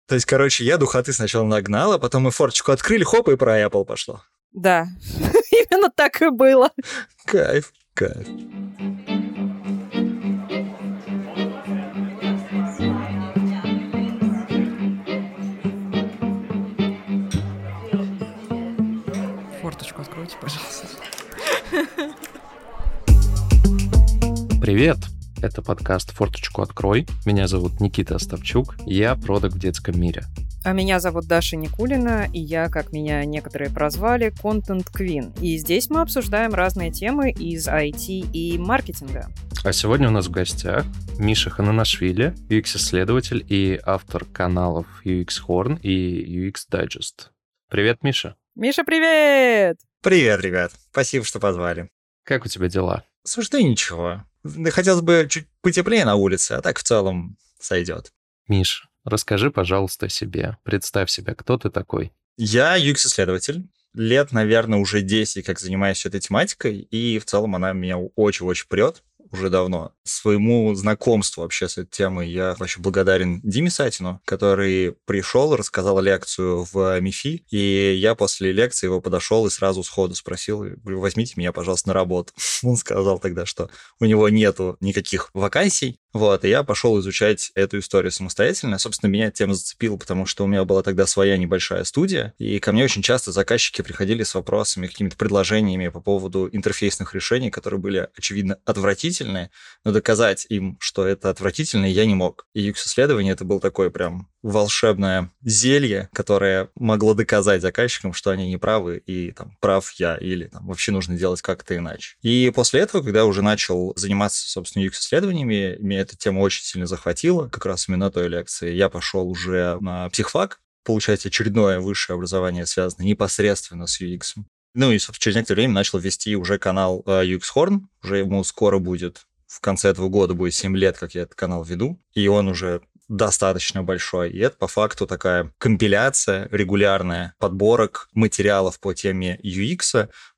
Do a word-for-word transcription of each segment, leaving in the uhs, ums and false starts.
То есть, короче, я духоты сначала нагнал, а потом мы форточку открыли, хоп, и про Apple пошло. Да, именно так и было. Кайф, кайф. Форточку откройте, пожалуйста. Привет! Это подкаст «Форточку открой». Меня зовут Никита Остапчук, я продакт в детском мире. А меня зовут Даша Никулина, и я, как меня некоторые прозвали, Content Queen. И здесь мы обсуждаем разные темы из ай ти и маркетинга. А сегодня у нас в гостях Миша Хананашвили, ю экс-исследователь и автор каналов ю экс Horn и ю экс Digest. Привет, Миша! Миша, привет! Привет, ребят. Спасибо, что позвали. Как у тебя дела? Слушай, да ничего. Хотелось бы чуть потеплее на улице, а так в целом сойдет. Миш, расскажи, пожалуйста, о себе. Представь себя, кто ты такой? Я ю экс-исследователь. Лет, наверное, уже десять, как занимаюсь этой тематикой, и в целом она меня очень-очень прет уже давно. Своему знакомству вообще с этой темой я вообще благодарен Диме Сатину, который пришел, рассказал лекцию в МИФИ, и я после лекции его подошел и сразу сходу спросил, говорю, возьмите меня, пожалуйста, на работу. Он сказал тогда, что у него нету никаких вакансий, вот, и я пошел изучать эту историю самостоятельно. Собственно, меня эта тема зацепила, потому что у меня была тогда своя небольшая студия, и ко мне очень часто заказчики приходили с вопросами, какими-то предложениями по поводу интерфейсных решений, которые были, очевидно, отвратительные, но доказать им, что это отвратительно, я не мог. И ю экс-исследование это было такое прям волшебное зелье, которое могло доказать заказчикам, что они не правы, и там прав я, или там вообще нужно делать как-то иначе. И после этого, когда я уже начал заниматься, собственно, ю экс-исследованиями, меня эта тема очень сильно захватила, как раз именно на той лекции. Я пошел уже на психфак, получать очередное высшее образование, связанное непосредственно с ю экс. Ну и, собственно, через некоторое время начал вести уже канал ю экс Horn, уже ему скоро будет, в конце этого года будет семь лет, как я этот канал веду, и он уже достаточно большой. И это по факту такая компиляция регулярная подборок материалов по теме ю экс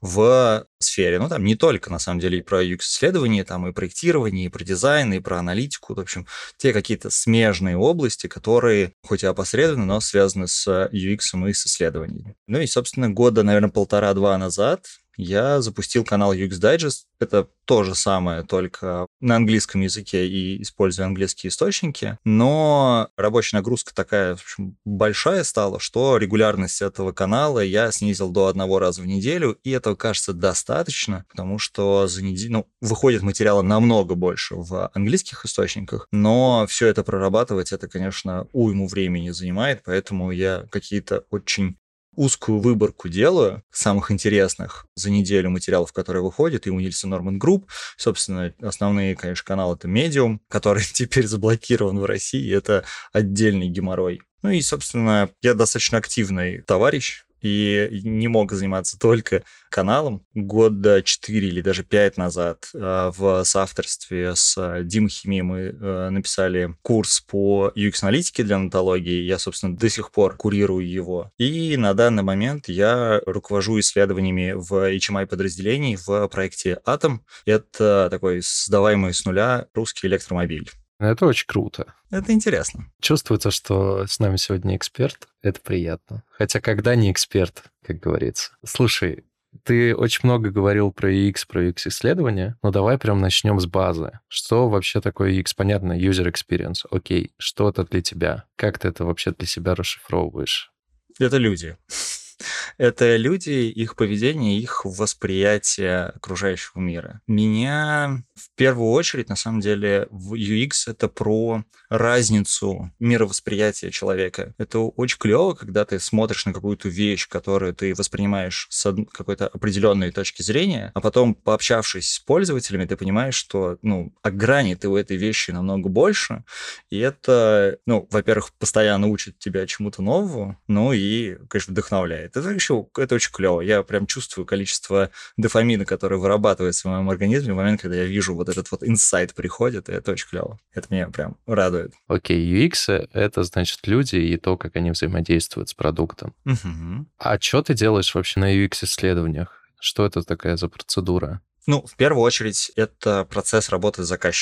в сфере. Ну, там не только, на самом деле, и про ю экс-исследование, там и проектирование, и про дизайн, и про аналитику. В общем, те какие-то смежные области, которые, хоть и опосредованно, но связаны с ю экс и с исследованиями. Ну и, собственно, года, наверное, полтора-два назад я запустил канал ю экс Digest. Это то же самое, только на английском языке и используя английские источники. Но рабочая нагрузка такая, в общем, большая стала, что регулярность этого канала я снизил до одного раза в неделю, и этого кажется достаточно, потому что за неделю ну, выходит материала намного больше в английских источниках, но все это прорабатывать, это, конечно, уйму времени занимает, поэтому я какие-то очень узкую выборку делаю самых интересных за неделю материалов, которые выходят, и у Нильсон Норман Групп. Собственно, основные, конечно, каналы — это Medium, который теперь заблокирован в России, это отдельный геморрой. Ну и, собственно, я достаточно активный товарищ, и не мог заниматься только каналом. Года четыре или даже пять назад в соавторстве с Димой Химией мы написали курс по ю экс-аналитике для нотологии. Я, собственно, до сих пор курирую его. И на данный момент я руковожу исследованиями в эйч эм ай-подразделении в проекте Atom. Это такой создаваемый с нуля русский электромобиль. Это очень круто. Это интересно. Чувствуется, что с нами сегодня эксперт. Это приятно. Хотя когда не эксперт, как говорится. Слушай, ты очень много говорил про ю экс, про ю экс-исследования, но давай прям начнем с базы. Что вообще такое ю экс? Понятно, user experience. Окей, что это для тебя? Как ты это вообще для себя расшифровываешь? Это люди. Это люди, их поведение, их восприятие окружающего мира. Меня в первую очередь, на самом деле, в ю экс это про разницу мировосприятия человека. Это очень клево, когда ты смотришь на какую-то вещь, которую ты воспринимаешь с какой-то определенной точки зрения, а потом, пообщавшись с пользователями, ты понимаешь, что, ну, о грани ты у этой вещи намного больше, и это, ну, во-первых, постоянно учит тебя чему-то новому, ну и, конечно, вдохновляет. Это еще, это очень клево. Я прям чувствую количество дофамина, которое вырабатывается в моем организме в момент, когда я вижу вот этот вот инсайт приходит, и это очень клево. Это меня прям радует. Окей, ю экс — это, значит, люди и то, как они взаимодействуют с продуктом. Угу. А что ты делаешь вообще на ю экс-исследованиях? Что это такая за процедура? Ну, в первую очередь, это процесс работы с заказчиком.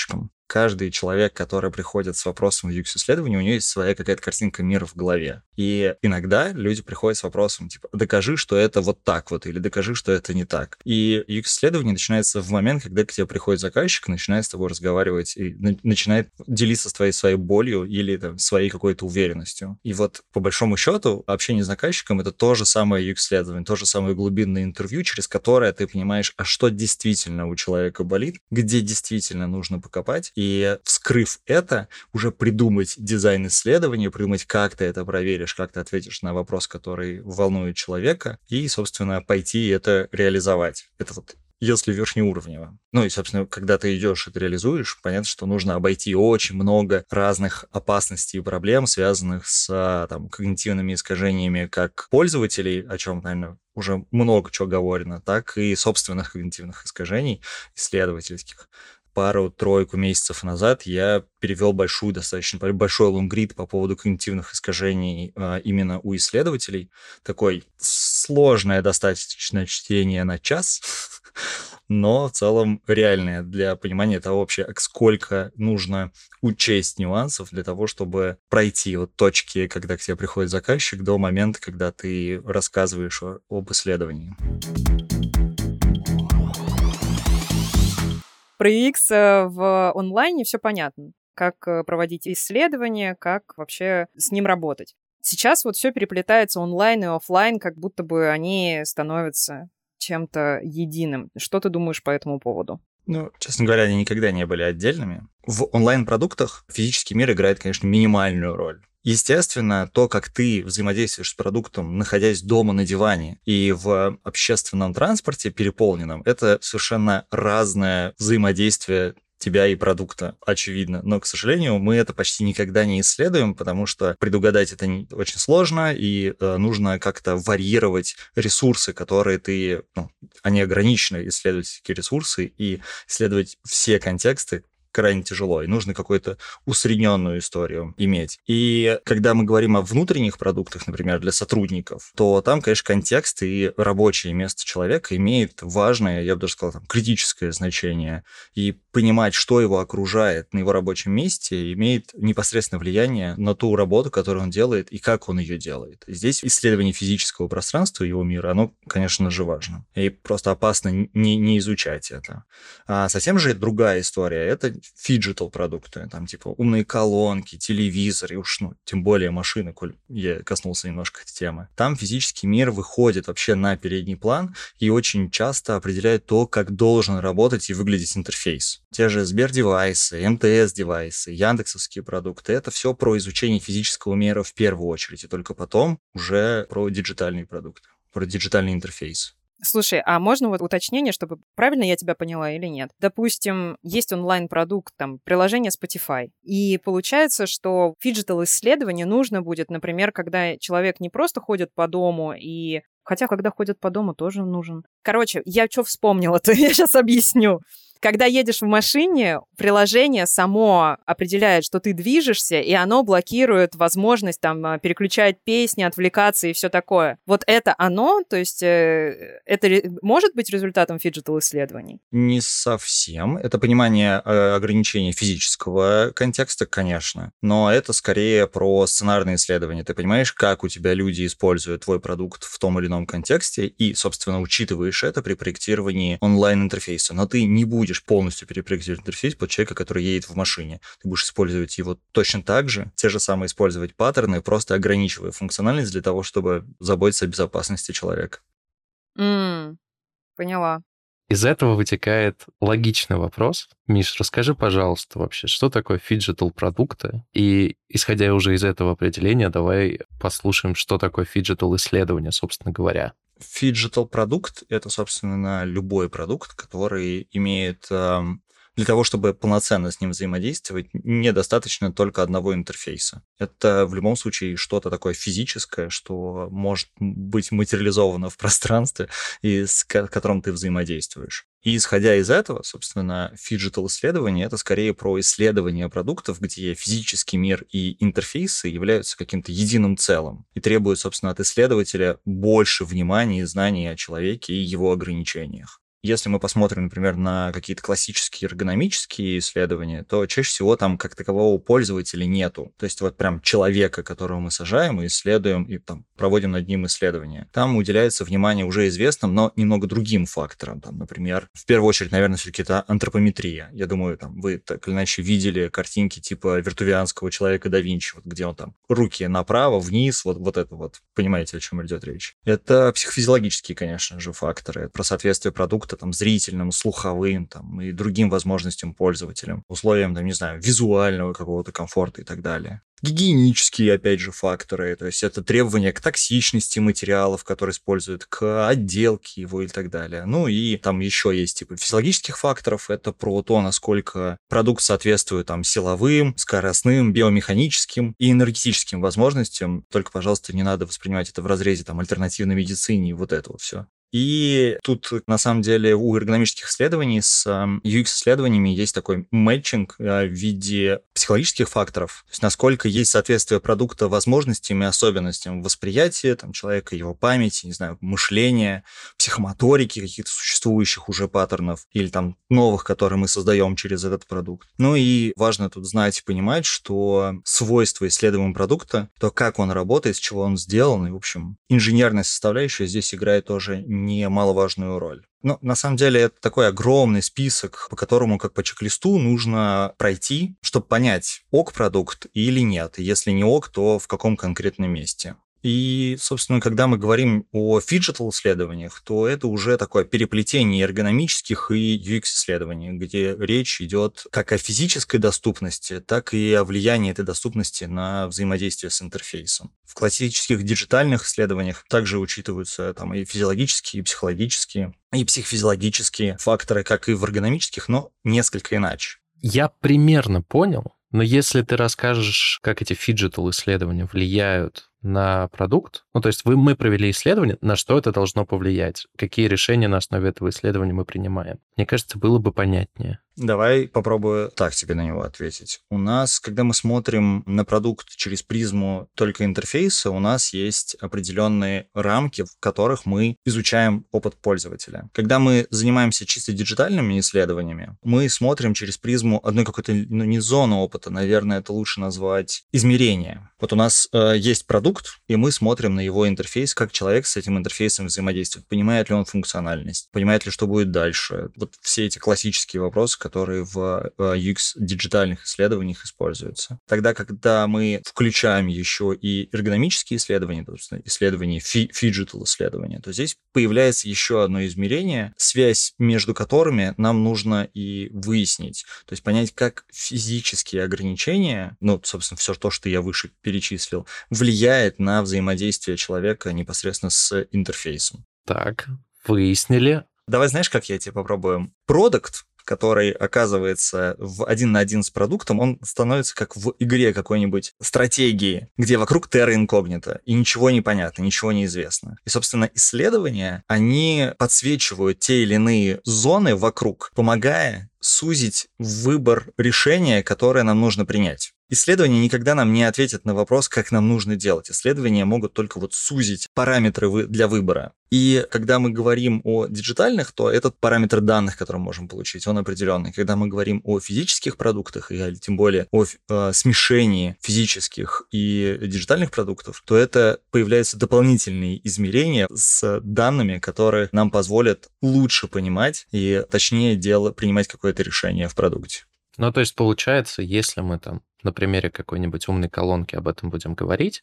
каждый человек, который приходит с вопросом в ю экс-исследования, у него есть своя какая-то картинка мира в голове. И иногда люди приходят с вопросом, типа, докажи, что это вот так вот, или докажи, что это не так. И ю экс-исследование начинается в момент, когда к тебе приходит заказчик, начинает с тобой разговаривать и начинает делиться твоей своей болью или там, своей какой-то уверенностью. И вот, по большому счету, общение с заказчиком — это то же самое ю экс-исследование, то же самое глубинное интервью, через которое ты понимаешь, а что действительно у человека болит, где действительно нужно покопать, и, вскрыв это, уже придумать дизайн исследования, придумать, как ты это проверишь, как ты ответишь на вопрос, который волнует человека, и, собственно, пойти это реализовать. Это вот если верхнеуровнево. Ну и, собственно, когда ты идешь это реализуешь, понятно, что нужно обойти очень много разных опасностей и проблем, связанных с там, когнитивными искажениями как пользователей, о чем, наверное, уже много чего говорено, так и собственных когнитивных искажений исследовательских. Пару-тройку месяцев назад я перевел большую, достаточно большой лонгрид по поводу когнитивных искажений а, именно у исследователей. Такое сложное достаточно чтение на час, но в целом реальное для понимания того вообще, сколько нужно учесть нюансов для того, чтобы пройти от точки, когда к тебе приходит заказчик, до момента, когда ты рассказываешь об исследовании. Про ю экс в онлайне все понятно. Как проводить исследования, как вообще с ним работать. Сейчас вот все переплетается онлайн и офлайн, как будто бы они становятся чем-то единым. Что ты думаешь по этому поводу? Ну, честно говоря, они никогда не были отдельными. В онлайн-продуктах физический мир играет, конечно, минимальную роль. Естественно, то, как ты взаимодействуешь с продуктом, находясь дома на диване и в общественном транспорте переполненном, это совершенно разное взаимодействие тебя и продукта, очевидно. Но, к сожалению, мы это почти никогда не исследуем, потому что предугадать это не, очень сложно, и э, нужно как-то варьировать ресурсы, которые ты... Ну, они ограничены, исследовательские ресурсы, и исследовать все контексты крайне тяжело, и нужно какую-то усредненную историю иметь. И когда мы говорим о внутренних продуктах, например, для сотрудников, то там, конечно, контекст и рабочее место человека имеет важное, я бы даже сказал, там, критическое значение. И понимать, что его окружает на его рабочем месте, имеет непосредственное влияние на ту работу, которую он делает, и как он ее делает. Здесь исследование физического пространства его мира, оно, конечно же, важно. И просто опасно не, не изучать это. А совсем же другая история. Это фиджитал продукты, там типа умные колонки, телевизор, и уж, ну, тем более машины, коль я коснулся немножко этой темы. Там физический мир выходит вообще на передний план и очень часто определяет то, как должен работать и выглядеть интерфейс. Те же Сбер-девайсы, эм тэ эс-девайсы, яндексовские продукты — это все про изучение физического мира в первую очередь, и только потом уже про диджитальные продукты, про диджитальный интерфейс. Слушай, а можно вот уточнение, чтобы правильно я тебя поняла или нет? Допустим, есть онлайн-продукт, там, приложение Spotify, и получается, что фиджитал-исследование нужно будет, например, когда человек не просто ходит по дому и... Хотя, когда ходят по дому, тоже нужен. Короче, я что вспомнила-то, я сейчас объясню. Когда едешь в машине, приложение само определяет, что ты движешься, и оно блокирует возможность там переключать песни, отвлекаться и все такое. Вот это оно, то есть э, это может быть результатом фиджитал-исследований? Не совсем. Это понимание э, ограничения физического контекста, конечно, но это скорее про сценарные исследования. Ты понимаешь, как у тебя люди используют твой продукт в том или ином контексте, и, собственно, учитываешь это при проектировании онлайн-интерфейса. Но ты не будешь полностью перепроектировать интерфейс под человека, который едет в машине. Ты будешь использовать его точно так же, те же самые использовать паттерны, просто ограничивая функциональность для того, чтобы заботиться о безопасности человека. Mm, поняла. Из этого вытекает логичный вопрос. Миш, расскажи, пожалуйста, вообще, что такое фиджитал-продукты? И, исходя уже из этого определения, давай послушаем, что такое фиджитал-исследование, собственно говоря. Фиджитал-продукт — это, собственно, любой продукт, который имеет... Для того, чтобы полноценно с ним взаимодействовать, недостаточно только одного интерфейса. Это в любом случае что-то такое физическое, что может быть материализовано в пространстве, и с которым ты взаимодействуешь. И исходя из этого, собственно, фиджитал-исследование — это скорее про исследование продуктов, где физический мир и интерфейсы являются каким-то единым целым и требуют, собственно, от исследователя больше внимания и знаний о человеке и его ограничениях. Если мы посмотрим, например, на какие-то классические эргономические исследования, то чаще всего там как такового пользователя нету. То есть вот прям человека, которого мы сажаем и исследуем, и там проводим над ним исследования. Там уделяется внимание уже известным, но немного другим факторам. Там, например, в первую очередь, наверное, все-таки это антропометрия. Я думаю, там вы так или иначе видели картинки типа вертувианского человека да Винчи, вот где он там руки направо, вниз, вот, вот это вот. Понимаете, о чем идет речь? Это психофизиологические, конечно же, факторы. Про соответствие продукта там, зрительным, слуховым там, и другим возможностям пользователям, условиям, там, не знаю, визуального какого-то комфорта и так далее. Гигиенические, опять же, факторы, то есть это требования к токсичности материалов, которые используют, к отделке его и так далее. Ну и там еще есть типа физиологических факторов, это про то, насколько продукт соответствует там силовым, скоростным, биомеханическим и энергетическим возможностям. Только, пожалуйста, не надо воспринимать это в разрезе там альтернативной медицине и вот это вот все. И тут, на самом деле, у эргономических исследований с ю экс-исследованиями есть такой мэтчинг в виде психологических факторов, то есть насколько есть соответствие продукта возможностям и особенностям восприятия там, человека, его памяти, не знаю, мышления, психомоторики, каких-то существующих уже паттернов или там новых, которые мы создаем через этот продукт. Ну и важно тут знать и понимать, что свойства исследуемого продукта, то, как он работает, с чего он сделан, и, в общем, инженерная составляющая здесь играет тоже немаловажную роль. Но на самом деле это такой огромный список, по которому, как по чек-листу, нужно пройти, чтобы понять, ок продукт или нет. И если не ок, то в каком конкретном месте. И, собственно, когда мы говорим о фиджитал-исследованиях, то это уже такое переплетение эргономических и ю экс-исследований, где речь идет как о физической доступности, так и о влиянии этой доступности на взаимодействие с интерфейсом. В классических диджитальных исследованиях также учитываются там, и физиологические, и психологические, и психофизиологические факторы, как и в эргономических, но несколько иначе. Я примерно понял, но если ты расскажешь, как эти фиджитал-исследования влияют на продукт, ну, то есть вы, мы провели исследование, на что это должно повлиять, какие решения на основе этого исследования мы принимаем. Мне кажется, было бы понятнее. Давай попробую так тебе на него ответить. У нас, когда мы смотрим на продукт через призму только интерфейса, у нас есть определенные рамки, в которых мы изучаем опыт пользователя. Когда мы занимаемся чисто диджитальными исследованиями, мы смотрим через призму одной какой-то, ну, не зоны опыта, наверное, это лучше назвать измерения. Вот у нас э, есть продукт, и мы смотрим на его интерфейс, как человек с этим интерфейсом взаимодействует. Понимает ли он функциональность? Понимает ли, что будет дальше? Вот все эти классические вопросы, которые в ю экс-диджитальных исследованиях используются. Тогда, когда мы включаем еще и эргономические исследования, то есть исследования, фиджитал-исследования, то здесь появляется еще одно измерение, связь между которыми нам нужно и выяснить. То есть понять, как физические ограничения, ну, собственно, все то, что я выше перечислил, влияет на взаимодействие человека непосредственно с интерфейсом. Так, выяснили. Давай, знаешь, как я тебе попробую? Продукт, который оказывается в один на один с продуктом, он становится как в игре какой-нибудь стратегии, где вокруг терра инкогнито, и ничего не понятно, ничего не известно. И, собственно, исследования, они подсвечивают те или иные зоны вокруг, помогая сузить выбор решения, которое нам нужно принять. Исследования никогда нам не ответят на вопрос, как нам нужно делать. Исследования могут только вот сузить параметры для выбора. И когда мы говорим о диджитальных, то этот параметр данных, который мы можем получить, он определенный. Когда мы говорим о физических продуктах, или тем более о э, смешении физических и диджитальных продуктов, то это появляются дополнительные измерения с данными, которые нам позволят лучше понимать и точнее дело, принимать какое-то решение в продукте. Ну, то есть, получается, если мы там на примере какой-нибудь умной колонки об этом будем говорить,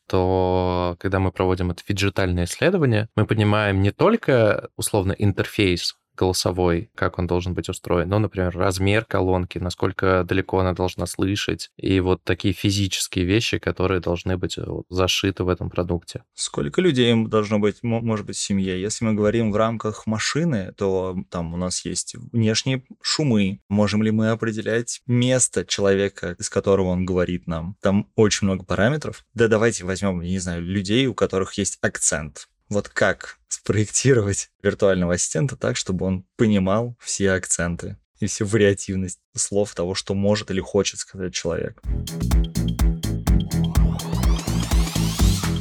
то когда мы проводим это фиджитальное исследование, мы понимаем не только, условно, интерфейс голосовой, как он должен быть устроен, но, например, размер колонки, насколько далеко она должна слышать, и вот такие физические вещи, которые должны быть вот зашиты в этом продукте. Сколько людей должно быть, может быть, в семье? Если мы говорим в рамках машины, то там у нас есть внешние шумы. Можем ли мы определять место человека, из которого он говорит нам? Там очень много параметров. Да давайте возьмем, не знаю, людей, у которых есть акцент. Вот как спроектировать виртуального ассистента так, чтобы он понимал все акценты и всю вариативность слов того, что может или хочет сказать человек.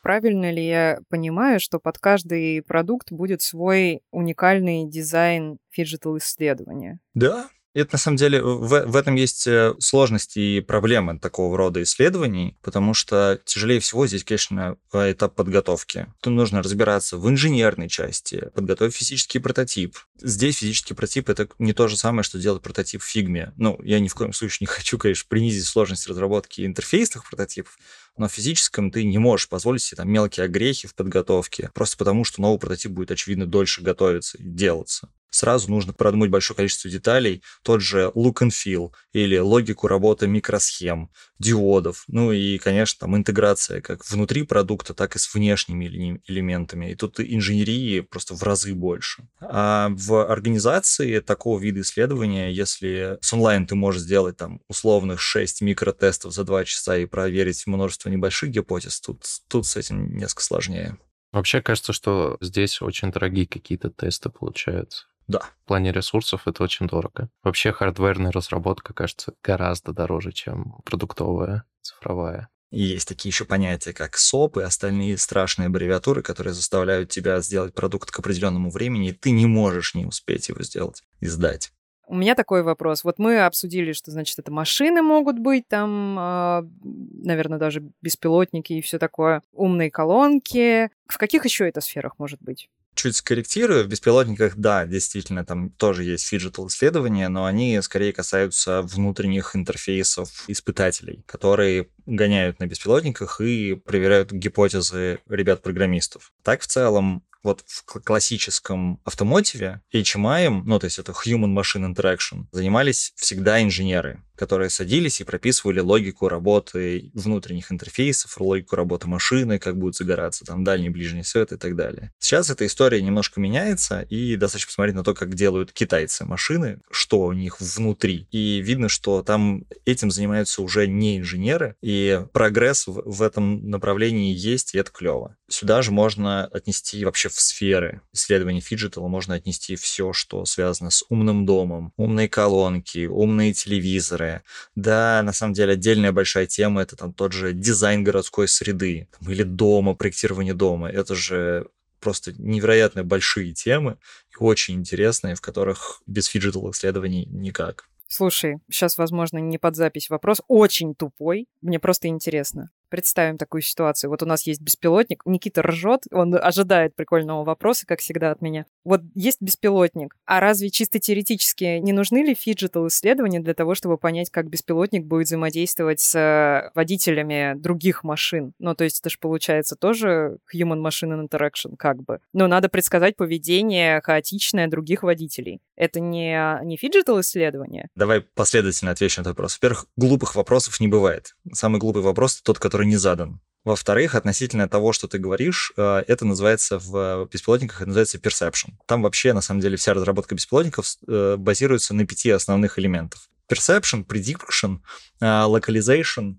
правильно ли я понимаю, что под каждый продукт будет свой уникальный дизайн фиджитал-исследования? Да, это на самом деле в, в этом есть э, сложности и проблемы такого рода исследований, потому что тяжелее всего здесь, конечно, этап подготовки. Тут нужно разбираться в инженерной части, подготовить физический прототип. Здесь физический прототип — это не то же самое, что делать прототип в фигме. Ну, я ни в коем случае не хочу, конечно, принизить сложность разработки интерфейсных прототипов, но в физическом ты не можешь позволить себе там мелкие огрехи в подготовке, просто потому что новый прототип будет, очевидно, дольше готовиться и делаться. Сразу нужно продумать большое количество деталей, тот же look and feel или логику работы микросхем, диодов, ну и, конечно, там интеграция как внутри продукта, так и с внешними элементами. И тут инженерии просто в разы больше. А в организации такого вида исследования, если с онлайн ты можешь сделать там условных шесть микротестов за два часа и проверить множество небольших гипотез, тут, тут с этим несколько сложнее. Вообще кажется, что здесь очень дорогие какие-то тесты получаются. Да. В плане ресурсов это очень дорого. Вообще хардверная разработка, кажется, гораздо дороже, чем продуктовая, цифровая. И есть такие еще понятия, как соп и остальные страшные аббревиатуры, которые заставляют тебя сделать продукт к определенному времени, и ты не можешь не успеть его сделать и сдать. У меня такой вопрос. Вот мы обсудили, что, значит, это машины могут быть, там, э, наверное, даже беспилотники и все такое, умные колонки. В каких еще это сферах может быть? Чуть скорректирую, в беспилотниках, да, действительно, там тоже есть фиджитал-исследования, но они скорее касаются внутренних интерфейсов испытателей, которые гоняют на беспилотниках и проверяют гипотезы ребят-программистов. Так, в целом, вот в классическом автомотиве эйч эм ай, ну, то есть это Human Machine Interaction, занимались всегда инженеры, которые садились и прописывали логику работы внутренних интерфейсов, логику работы машины, как будет загораться там дальний, ближний свет и так далее. Сейчас эта история немножко меняется, и достаточно посмотреть на то, как делают китайцы машины, что у них внутри. И видно, что там этим занимаются уже не инженеры, и прогресс в, в этом направлении есть, и это клево. Сюда же можно отнести вообще в сферы исследований фиджитала, можно отнести все, что связано с умным домом, умные колонки, умные телевизоры. Да, на самом деле отдельная большая тема — это там тот же дизайн городской среды там, или дома, проектирование дома. Это же просто невероятно большие темы и очень интересные, в которых без фиджитал-исследований никак. Слушай, сейчас, возможно, не под запись вопрос, очень тупой, мне просто интересно. Представим такую ситуацию. Вот у нас есть беспилотник, Никита ржет, он ожидает прикольного вопроса, как всегда, от меня. Вот есть беспилотник, а разве чисто теоретически не нужны ли фиджитал-исследования для того, чтобы понять, как беспилотник будет взаимодействовать с водителями других машин? Ну, то есть это же получается тоже human-machine interaction, как бы. Но надо предсказать поведение хаотичное других водителей. Это не, не фиджитал-исследование? Давай последовательно отвечу на этот вопрос. Во-первых, глупых вопросов не бывает. Самый глупый вопрос — тот, который не задан. Во-вторых, относительно того, что ты говоришь, это называется в беспилотниках, это называется perception. Там вообще, на самом деле, вся разработка беспилотников базируется на пяти основных элементах. Perception, prediction, localization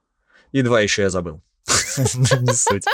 и два еще я забыл. Не суть.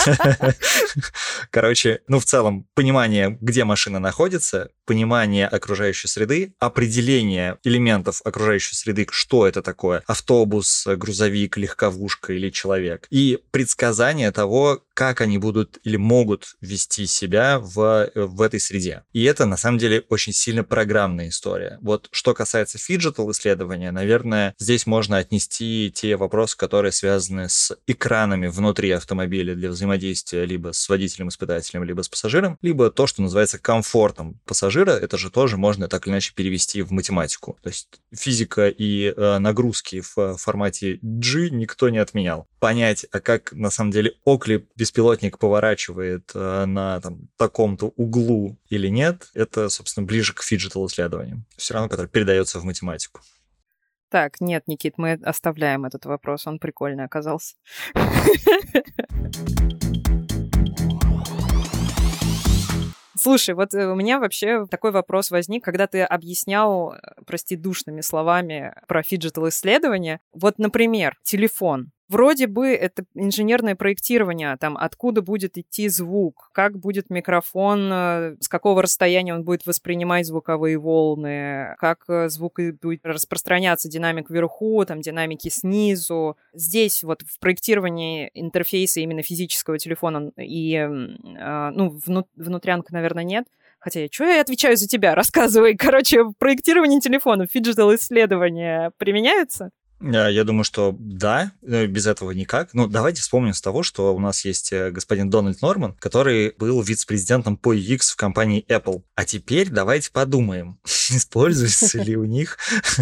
Короче, ну, в целом, понимание, где машина находится, понимание окружающей среды, определение элементов окружающей среды, что это такое, автобус, грузовик, легковушка или человек, и предсказание того, как они будут или могут вести себя в, в этой среде. И это, на самом деле, очень сильно программная история. Вот что касается фиджитал-исследования, наверное, здесь можно отнести те вопросы, которые связаны с экранами внутри автомобиля для взаимодействия либо с водителем-испытателем, либо с пассажиром, либо то, что называется комфортом пассажира, это же тоже можно так или иначе перевести в математику. То есть физика и э, нагрузки в формате G никто не отменял. Понять, а как на самом деле окли беспилотник поворачивает э, на там, таком-то углу или нет, это, собственно, ближе к фиджитал-исследованиям. Все равно, который передается в математику. Так, нет, Никит, мы оставляем этот вопрос, он прикольный оказался. Слушай, вот у меня вообще такой вопрос возник, когда ты объяснял простодушными словами про фиджитал-исследования. Вот, например, телефон. вроде бы это инженерное проектирование, там, откуда будет идти звук, как будет микрофон, с какого расстояния он будет воспринимать звуковые волны, как звук будет распространяться, динамик вверху, там, динамики снизу. Здесь вот в проектировании интерфейса именно физического телефона и, ну, вну- внутрянка, наверное, нет. Хотя, что я отвечаю за тебя? Рассказывай. Короче, в проектировании телефонов фиджитал-исследования применяются? Я думаю, что да, без этого никак. Ну, давайте вспомним с того, что у нас есть господин Дональд Норман, который был вице-президентом по ю экс в компании Apple. А теперь давайте подумаем, используется ли у них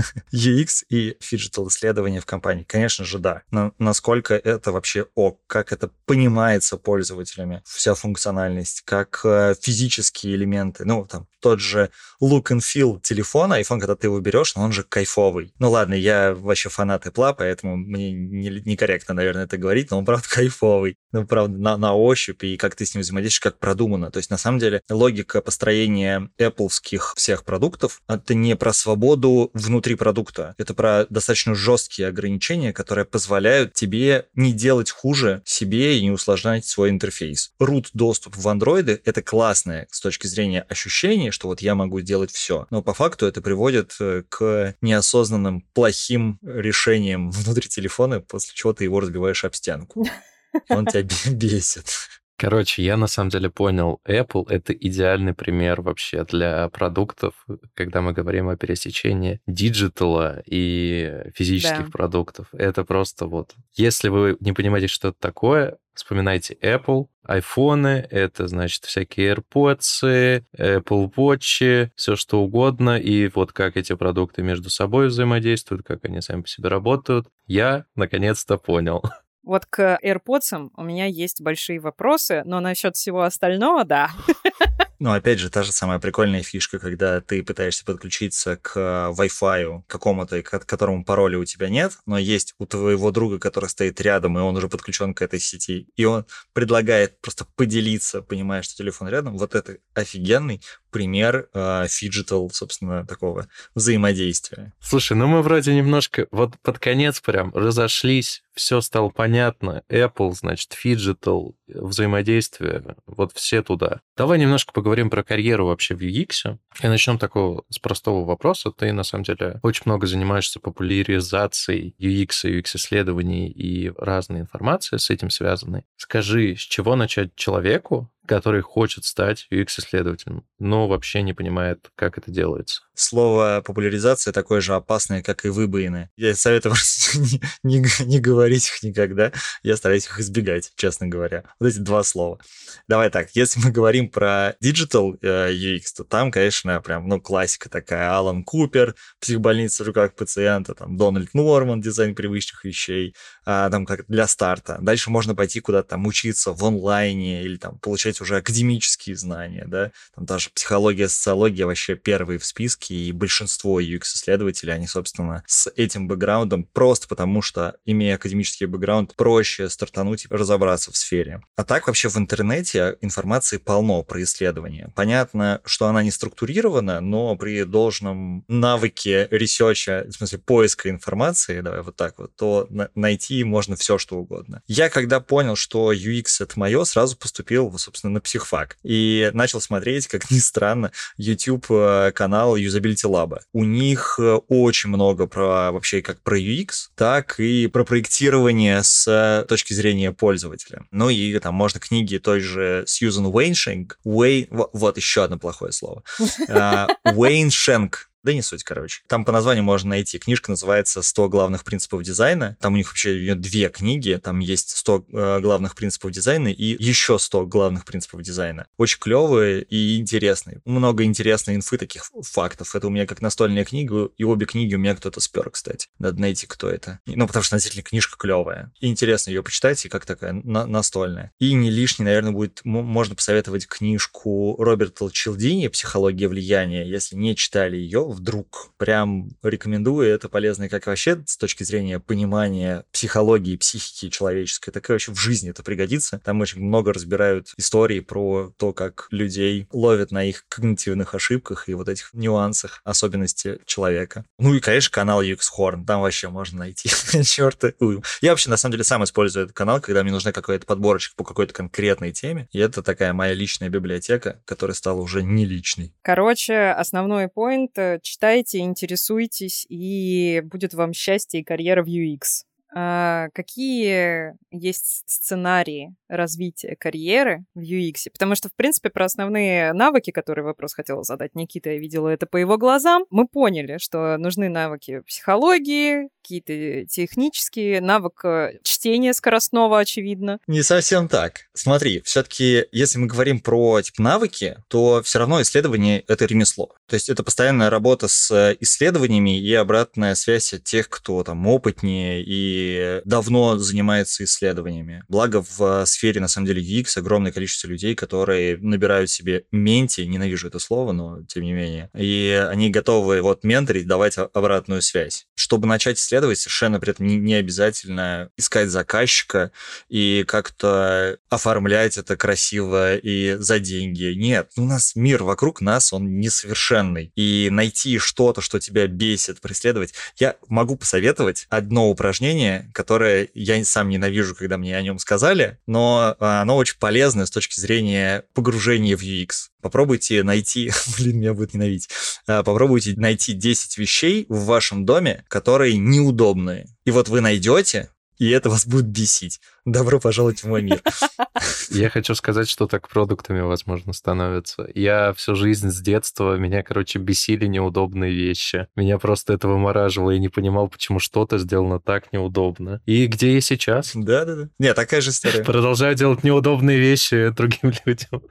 ю экс и фиджитал-исследования в компании. Конечно же, да. Но насколько это вообще ок, как это понимается пользователями, вся функциональность, как физические элементы. Ну, там, тот же look and feel телефона, iPhone, когда ты его берешь, но он же кайфовый. Ну ладно, я вообще фанат Apple, поэтому мне некорректно, наверное, это говорить, но он, правда, кайфовый. Ну, правда, на, на ощупь, и как ты с ним взаимодействуешь, как продумано. То есть, на самом деле, логика построения Apple-ских всех продуктов — это не про свободу внутри продукта, это про достаточно жесткие ограничения, которые позволяют тебе не делать хуже себе и не усложнять свой интерфейс. Root-доступ в Android — это классное с точки зрения ощущения, что вот я могу делать все. Но по факту это приводит к неосознанным плохим решениям внутри телефона, после чего ты его разбиваешь об стенку. Он тебя бесит. Короче, я на самом деле понял, Apple — это идеальный пример вообще для продуктов, когда мы говорим о пересечении диджитала и физических да. продуктов. Это просто вот... Если вы не понимаете, что это такое, вспоминайте Apple, айфоны, это, значит, всякие AirPods, Apple Watch, все что угодно, и вот как эти продукты между собой взаимодействуют, как они сами по себе работают, я наконец-то понял. Вот к AirPods у меня есть большие вопросы, но насчет всего остального, да. Ну, опять же, та же самая прикольная фишка, когда ты пытаешься подключиться к Wi-Fi какому-то, к которому пароля у тебя нет, но есть у твоего друга, который стоит рядом, и он уже подключен к этой сети, и он предлагает просто поделиться, понимая, что телефон рядом. Вот это офигенный пример фиджитал, э, собственно, такого взаимодействия. Слушай, ну мы вроде немножко вот под конец прям разошлись, все стало понятно. Apple, значит, фиджитал, взаимодействие, вот все туда. Давай немножко поговорим про карьеру вообще в ю экс. И начнем такого с простого вопроса. Ты, на самом деле, очень много занимаешься популяризацией ю экс, ю экс-исследований и разной информации с этим связанной. Скажи, с чего начать человеку, который хочет стать ю экс-исследователем, но вообще не понимает, как это делается? Слово популяризация такое же опасное, как и выбоины. Я советую просто не, не, не говорить их никогда. Я стараюсь их избегать, честно говоря. Вот эти два слова. Давай так, если мы говорим про digital э, ю экс, то там, конечно, прям, ну, классика такая. Алан Купер, психбольница в руках пациента, там, Дональд Норман, дизайн привычных вещей, а, там, как для старта. Дальше можно пойти куда-то там учиться в онлайне или там получать уже академические знания, да, там даже психология, социология вообще первые в списке, и большинство ю экс-исследователей, они, собственно, с этим бэкграундом просто потому, что, имея академический бэкграунд, проще стартануть и разобраться в сфере. А так вообще в интернете информации полно про исследования. Понятно, что она не структурирована, но при должном навыке ресерча, в смысле поиска информации, давай вот так вот, то на- найти можно все, что угодно. Я когда понял, что ю экс — это мое, сразу поступил, собственно, на психфак. И начал смотреть, как ни странно, YouTube-канал Usability Lab. У них очень много про вообще как про ю экс, так и про проектирование с точки зрения пользователя. Ну и там можно книги той же Сьюзан Уэйншенк. Уэй... Вот еще одно плохое слово. Уэйншенк. Да не суть, короче. Там по названию можно найти. Книжка называется «сто главных принципов дизайна». Там у них вообще две книги. Там есть сто э, главных принципов дизайна и еще сто главных принципов дизайна. Очень клевые и интересные. Много интересной инфы, таких фактов. Это у меня как настольная книга, и обе книги у меня кто-то спер, кстати. Надо найти, кто это. Ну, потому что, действительно, книжка клевая. И интересно ее почитать, и как такая на- настольная. И не лишний, наверное, будет... М- можно посоветовать книжку Роберта Челдини «Психология влияния». Если не читали ее, почитал вдруг, прям рекомендую, это полезно как вообще с точки зрения понимания психологии, психики человеческой, так и вообще в жизни это пригодится. Там очень много разбирают истории про то, как людей ловят на их когнитивных ошибках и вот этих нюансах, особенности человека. Ну и, конечно, канал ю экс Horn, там вообще можно найти черта. Я вообще, на самом деле, сам использую этот канал, когда мне нужна какая-то подборочка по какой-то конкретной теме, и это такая моя личная библиотека, которая стала уже не личной. Короче, основной поинт — читайте, интересуйтесь, и будет вам счастье и карьера в ю экс. А какие есть сценарии развития карьеры в ю экс? Потому что, в принципе, про основные навыки, которые вопрос хотела задать Никита, я видела это по его глазам, мы поняли, что нужны навыки психологии, какие-то технические, навык чтения скоростного, очевидно. Не совсем так. Смотри, все-таки, если мы говорим про типа, навыки, то все равно исследование — это ремесло. То есть это постоянная работа с исследованиями и обратная связь от тех, кто там опытнее и давно занимается исследованиями. Благо в сфере, на самом деле, ю экс огромное количество людей, которые набирают себе менти, ненавижу это слово, но тем не менее, и они готовы вот менторить, давать обратную связь. Чтобы начать исследовать, совершенно при этом не, не обязательно искать заказчика и как-то оформлять это красиво и за деньги. Нет, у нас мир вокруг нас, он несовершенный. И найти что-то, что тебя бесит, преследовать. Я могу посоветовать одно упражнение, которое я сам ненавижу, когда мне о нем сказали, но оно очень полезное с точки зрения погружения в ю экс. Попробуйте найти, блин, меня будет ненавидеть, попробуйте найти десять вещей в вашем доме, которые неудобные. И вот вы найдете, и это вас будет бесить. Добро пожаловать в мой мир. Я хочу сказать, что так продуктами, возможно, становятся. Я всю жизнь с детства, меня, короче, бесили неудобные вещи. Меня просто это вымораживало, и не понимал, почему что-то сделано так неудобно. И где я сейчас? Да-да-да. Не, такая же история. Продолжаю делать неудобные вещи другим людям.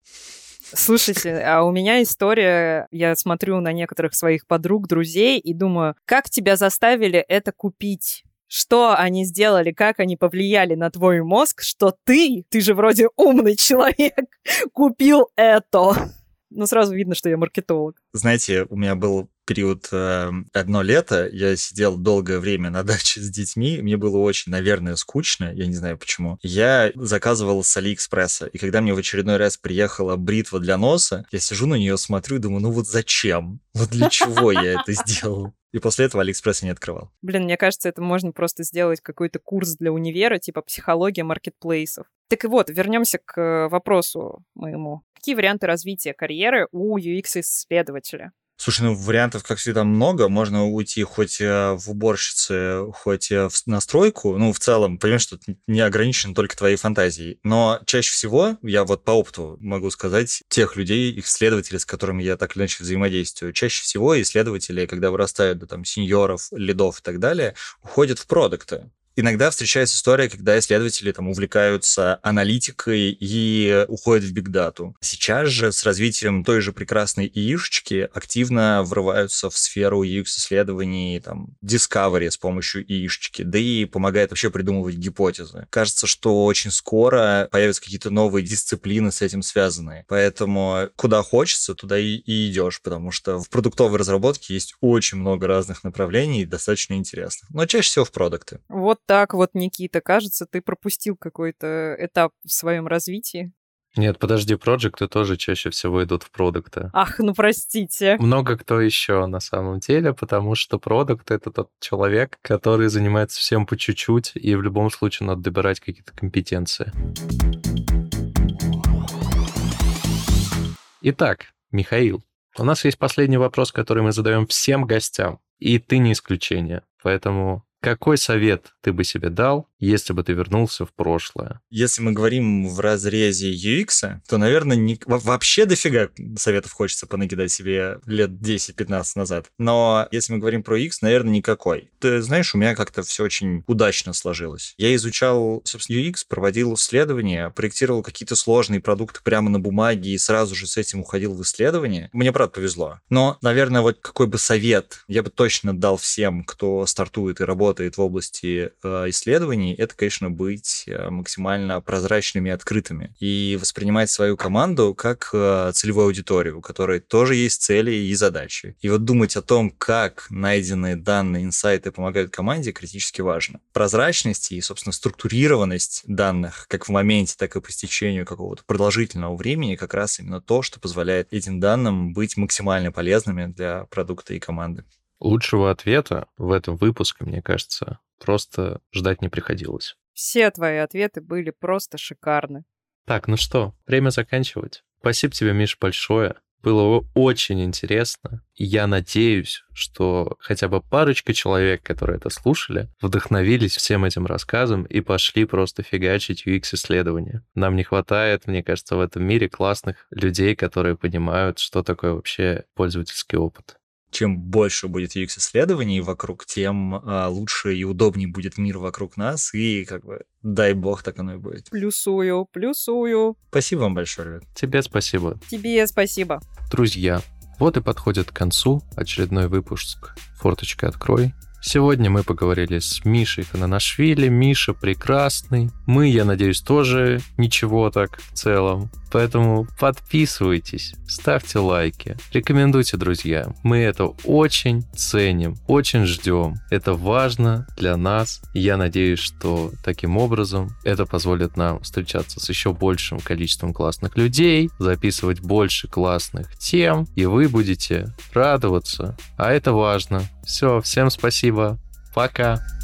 Слушайте, а у меня история, я смотрю на некоторых своих подруг, друзей и думаю, как тебя заставили это купить? Что они сделали, как они повлияли на твой мозг, что ты, ты же вроде умный человек, купил это. Ну, сразу видно, что я маркетолог. Знаете, у меня был период э, одно лето, я сидел долгое время на даче с детьми, мне было очень, наверное, скучно, я не знаю почему. Я заказывал с Алиэкспресса, и когда мне в очередной раз приехала бритва для носа, я сижу на нее, смотрю и думаю, ну вот зачем? Вот для чего я это сделал? И после этого Алиэкспресс я не открывал. Блин, мне кажется, это можно просто сделать какой-то курс для универа, типа психология маркетплейсов. Так и вот, вернемся к вопросу моему. Какие варианты развития карьеры у ю экс-исследователя? Слушай, ну вариантов, как всегда, много. Можно уйти хоть в уборщице, хоть в настройку. Ну, в целом, понимаешь, что это не ограничено только твоей фантазией. Но чаще всего, я вот по опыту могу сказать, тех людей, исследователей, с которыми я так или иначе взаимодействую, чаще всего исследователи, когда вырастают до там сеньоров, лидов и так далее, уходят в продукты. Иногда встречается история, когда исследователи там увлекаются аналитикой и уходят в бигдату. Сейчас же с развитием той же прекрасной ИИшечки активно врываются в сферу ю экс-исследований, там, discovery с помощью ИИшечки, да и помогает вообще придумывать гипотезы. Кажется, что очень скоро появятся какие-то новые дисциплины с этим связанные. Поэтому куда хочется, туда и, и идешь, потому что в продуктовой разработке есть очень много разных направлений, достаточно интересных. Но чаще всего в продукты. Вот так вот, Никита, кажется, ты пропустил какой-то этап в своем развитии. Нет, подожди, проекты тоже чаще всего идут в продукты. Ах, ну простите. Много кто еще на самом деле, потому что продукт — это тот человек, который занимается всем по чуть-чуть, и в любом случае надо добирать какие-то компетенции. Итак, Михаил, у нас есть последний вопрос, который мы задаем всем гостям, и ты не исключение, поэтому... Какой совет ты бы себе дал, если бы ты вернулся в прошлое? Если мы говорим в разрезе ю экс, то, наверное, не... вообще дофига советов хочется понакидать себе лет десять-пятнадцать назад. Но если мы говорим про ю экс, наверное, никакой. Ты знаешь, у меня как-то все очень удачно сложилось. Я изучал, собственно, ю экс, проводил исследования, проектировал какие-то сложные продукты прямо на бумаге и сразу же с этим уходил в исследование. Мне, правда, повезло. Но, наверное, вот какой бы совет я бы точно дал всем, кто стартует и работает в области э, исследований, исследований — это, конечно, быть максимально прозрачными и открытыми и воспринимать свою команду как целевую аудиторию, у которой тоже есть цели и задачи. И вот думать о том, как найденные данные, инсайты помогают команде, критически важно. Прозрачность и, собственно, структурированность данных как в моменте, так и по стечению какого-то продолжительного времени как раз именно то, что позволяет этим данным быть максимально полезными для продукта и команды. Лучшего ответа в этом выпуске, мне кажется, просто ждать не приходилось. Все твои ответы были просто шикарны. Так, ну что, время заканчивать. Спасибо тебе, Миш, большое. Было очень интересно. И я надеюсь, что хотя бы парочка человек, которые это слушали, вдохновились всем этим рассказом и пошли просто фигачить ю экс-исследования. Нам не хватает, мне кажется, в этом мире классных людей, которые понимают, что такое вообще пользовательский опыт. Чем больше будет ю экс-исследований вокруг, тем а, лучше и удобнее будет мир вокруг нас, и, как бы, дай бог, так оно и будет. Плюсую, плюсую. Спасибо вам большое, ребят. Тебе спасибо. Тебе спасибо. Друзья, вот и подходит к концу очередной выпуск «Форточка, открой». Сегодня мы поговорили с Мишей Хананашвили. Миша прекрасный. Мы, я надеюсь, тоже ничего так в целом. Поэтому подписывайтесь, ставьте лайки, рекомендуйте друзьям. Мы это очень ценим, очень ждем. Это важно для нас. Я надеюсь, что таким образом это позволит нам встречаться с еще большим количеством классных людей, записывать больше классных тем, и вы будете радоваться. А это важно. Все, всем спасибо. Пока.